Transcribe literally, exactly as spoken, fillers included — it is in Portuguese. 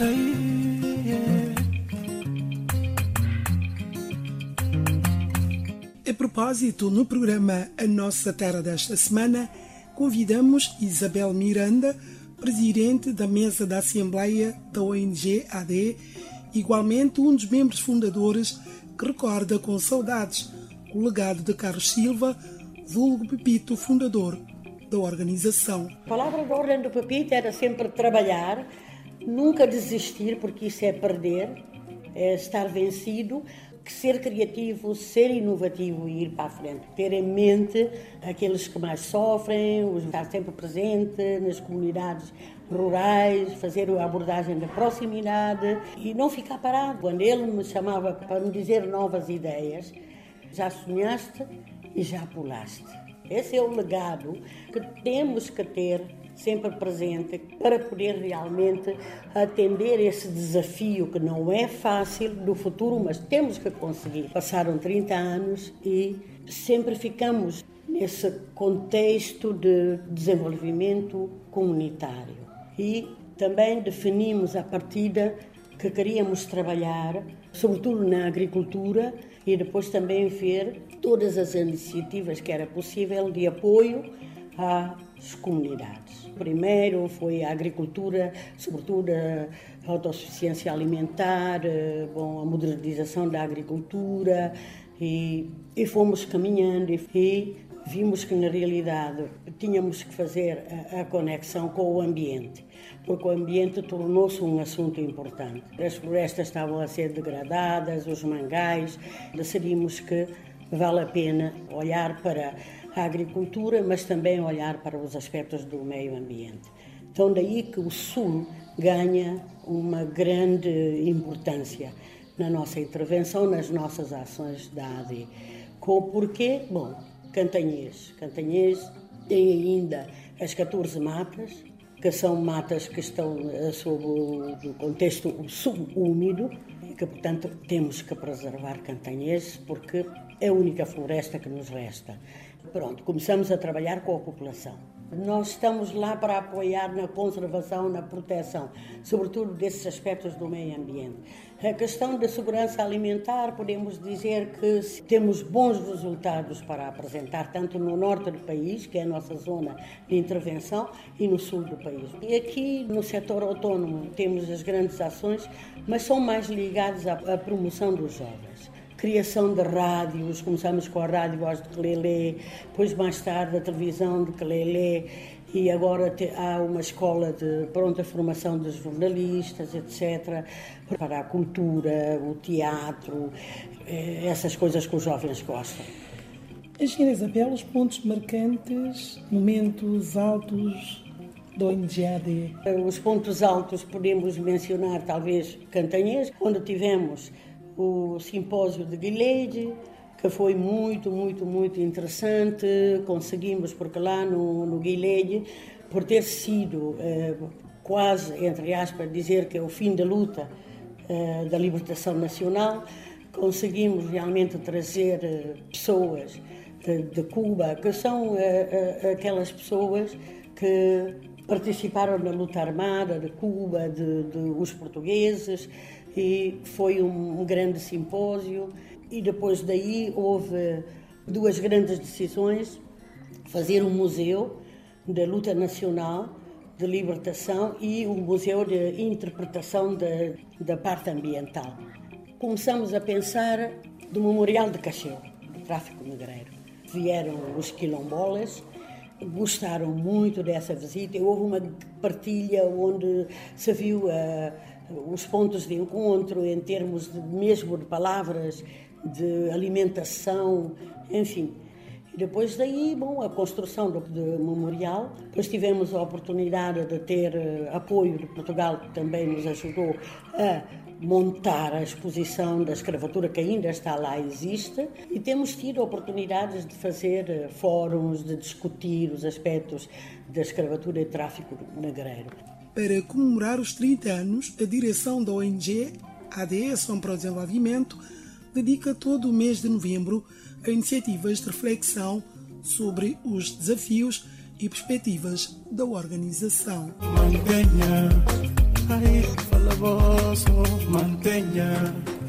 A propósito, no programa A Nossa Terra desta semana, convidamos Isabel Miranda, presidente da mesa da Assembleia da O N G A D, igualmente um dos membros fundadores, que recorda com saudades o legado de Carlos Silva, vulgo Pepito, fundador da organização. A palavra da ordem do Pepito era sempre trabalhar, nunca desistir, porque isso é perder, é estar vencido, ser criativo, ser inovativo e ir para a frente. Ter em mente aqueles que mais sofrem, estar sempre presente nas comunidades rurais, fazer a abordagem da proximidade e não ficar parado. Quando ele me chamava para me dizer novas ideias, já sonhaste e já pulaste. Esse é o legado que temos que ter sempre presente para poder realmente atender esse desafio que não é fácil do futuro, mas temos que conseguir. Passaram trinta anos e sempre ficamos nesse contexto de desenvolvimento comunitário. E também definimos a partida que queríamos trabalhar, sobretudo na agricultura, e depois também ver todas as iniciativas que era possível de apoio às comunidades. Primeiro foi a agricultura, sobretudo a autossuficiência alimentar, bom, a modernização da agricultura e, e fomos caminhando e, e vimos que na realidade tínhamos que fazer a, a conexão com o ambiente, porque o ambiente tornou-se um assunto importante. As florestas estavam a ser degradadas, os mangais, decidimos que vale a pena olhar para a agricultura, mas também olhar para os aspectos do meio ambiente. Então daí que o Sul ganha uma grande importância na nossa intervenção, nas nossas ações da A D. Com o porquê? Bom, Cantanhês. Cantanhês tem ainda as catorze matas, que são matas que estão sob o contexto subúmido, e que, portanto, temos que preservar Cantanhês, porque é a única floresta que nos resta. Pronto, começamos a trabalhar com a população. Nós estamos lá para apoiar na conservação, na proteção, sobretudo desses aspectos do meio ambiente. A questão da segurança alimentar, podemos dizer que temos bons resultados para apresentar, tanto no norte do país, que é a nossa zona de intervenção, e no sul do país. E aqui, no setor autónomo, temos as grandes ações, mas são mais ligadas à, à promoção dos jovens. Criação de rádios, começamos com a rádio Voz de Quelele, depois mais tarde a televisão de Quelele, e agora há uma escola de pronta formação de jornalistas, etcétera, para a cultura, o teatro, essas coisas que os jovens gostam. Engenheira Isabel, os pontos marcantes, momentos altos da O N G A D. Os pontos altos podemos mencionar talvez Cantanhês, onde tivemos o simpósio de Guilherme, que foi muito, muito, muito interessante. Conseguimos, porque lá no, no Guilherme, por ter sido eh, quase, entre aspas, dizer que é o fim da luta eh, da libertação nacional, conseguimos realmente trazer eh, pessoas de, de Cuba, que são eh, eh, aquelas pessoas que participaram na luta armada de Cuba, de, de os portugueses, e foi um, um grande simpósio. E depois daí houve duas grandes decisões: fazer um museu da luta nacional de libertação e um museu de interpretação da, da parte ambiental. Começamos a pensar do Memorial de Cacheu, do tráfico negreiro. Vieram os quilombolas, gostaram muito dessa visita. Houve uma partilha onde se viu uh, os pontos de encontro em termos de, mesmo de palavras, de alimentação, enfim. E depois daí, bom, a construção do, do memorial. Depois tivemos a oportunidade de ter uh, apoio de Portugal, que também nos ajudou a montar a exposição da escravatura, que ainda está lá, existe, e temos tido oportunidades de fazer uh, fóruns, de discutir os aspectos da escravatura e tráfico negreiro. Para comemorar os trinta anos, a direção da O N G A D, Ação para o Desenvolvimento, dedica todo o mês de novembro a iniciativas de reflexão sobre os desafios e perspectivas da organização. voz mantenha